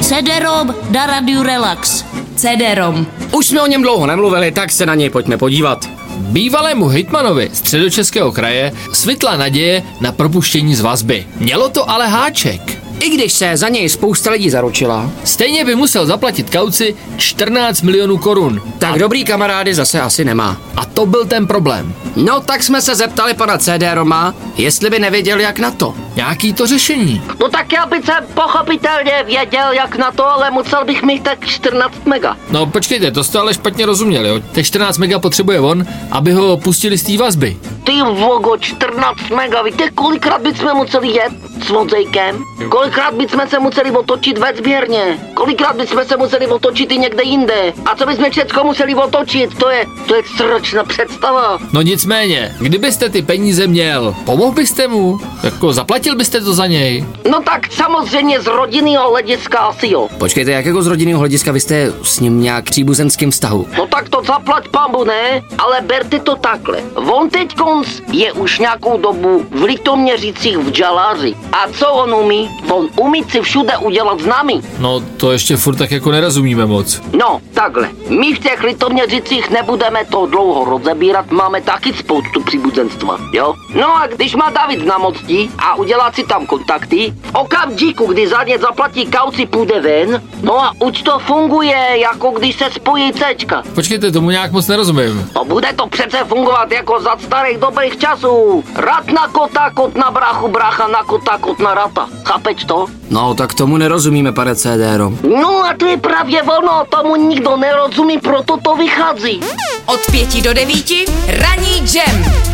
CD-ROM na Radio Relax. CD-ROM. Už jsme o něm dlouho nemluvili, tak se na něj pojďme podívat. Bývalému hejtmanovi Středočeského kraje svitla naděje na propuštění z vazby. Mělo to ale háček. I když se za něj spousta lidí zaručila, Stejně by musel zaplatit kauci 14 milionů korun. tak dobrý kamarády zase asi nemá. A to byl ten problém. No tak jsme se zeptali pana CD-ROMa, jestli by nevěděl jak na to. Nějaký to řešení. No tak já bych pochopitelně věděl, jak na to, ale musel bych mít tak 14 mega. No počkejte, to jste ale špatně rozuměli, jo. Těch 14 mega potřebuje on, aby ho pustili z té vazby. Ty vogo, 14 mega, víte, kolikrát bychom museli jet s vozejkem? Kolikrát bychom se museli otočit ve sběrně? Kolikrát bychom se museli otočit i někde jinde? A co bychom všechno museli otočit? To je strašná představa. No nicméně, kdybyste ty peníze měl, pomohl byste mu? Jako zaplatil byste to za něj? No tak samozřejmě z rodinného hlediska asi jo. Počkejte, jak jako z rodinného hlediska vy jste s ním nějak příbuzenském vztahu? No tak to zaplať pambu, ne? Ale berte to takhle. On teď je už nějakou dobu v Litoměřicích v Džaláři. A co on umí? On umí si všude udělat známý. No to ještě furt tak jako nerozumíme moc. No, takhle. My v těch Litoměřicích nebudeme to dlouho rozebírat, máme taky spoustu příbuzenstva, jo? No a když má David znalostí a udělá si tam kontakty, v okamžiku, kdy za ně zaplatí kauci, půjde ven, no a už to funguje, jako když se spojí Cčka. Počkejte, tomu nějak moc nerozumím. No bude to přece fungovat jako za starých dobrých časů. Rat na kota, kot na bráchu, brácha na kota, kot na rata. Chápeš to? No tak tomu nerozumíme, pane CD-ROM. No a to je právě ono, tomu nikdo nerozumí, proto to vychází. Od 5 do 9 ranní jam.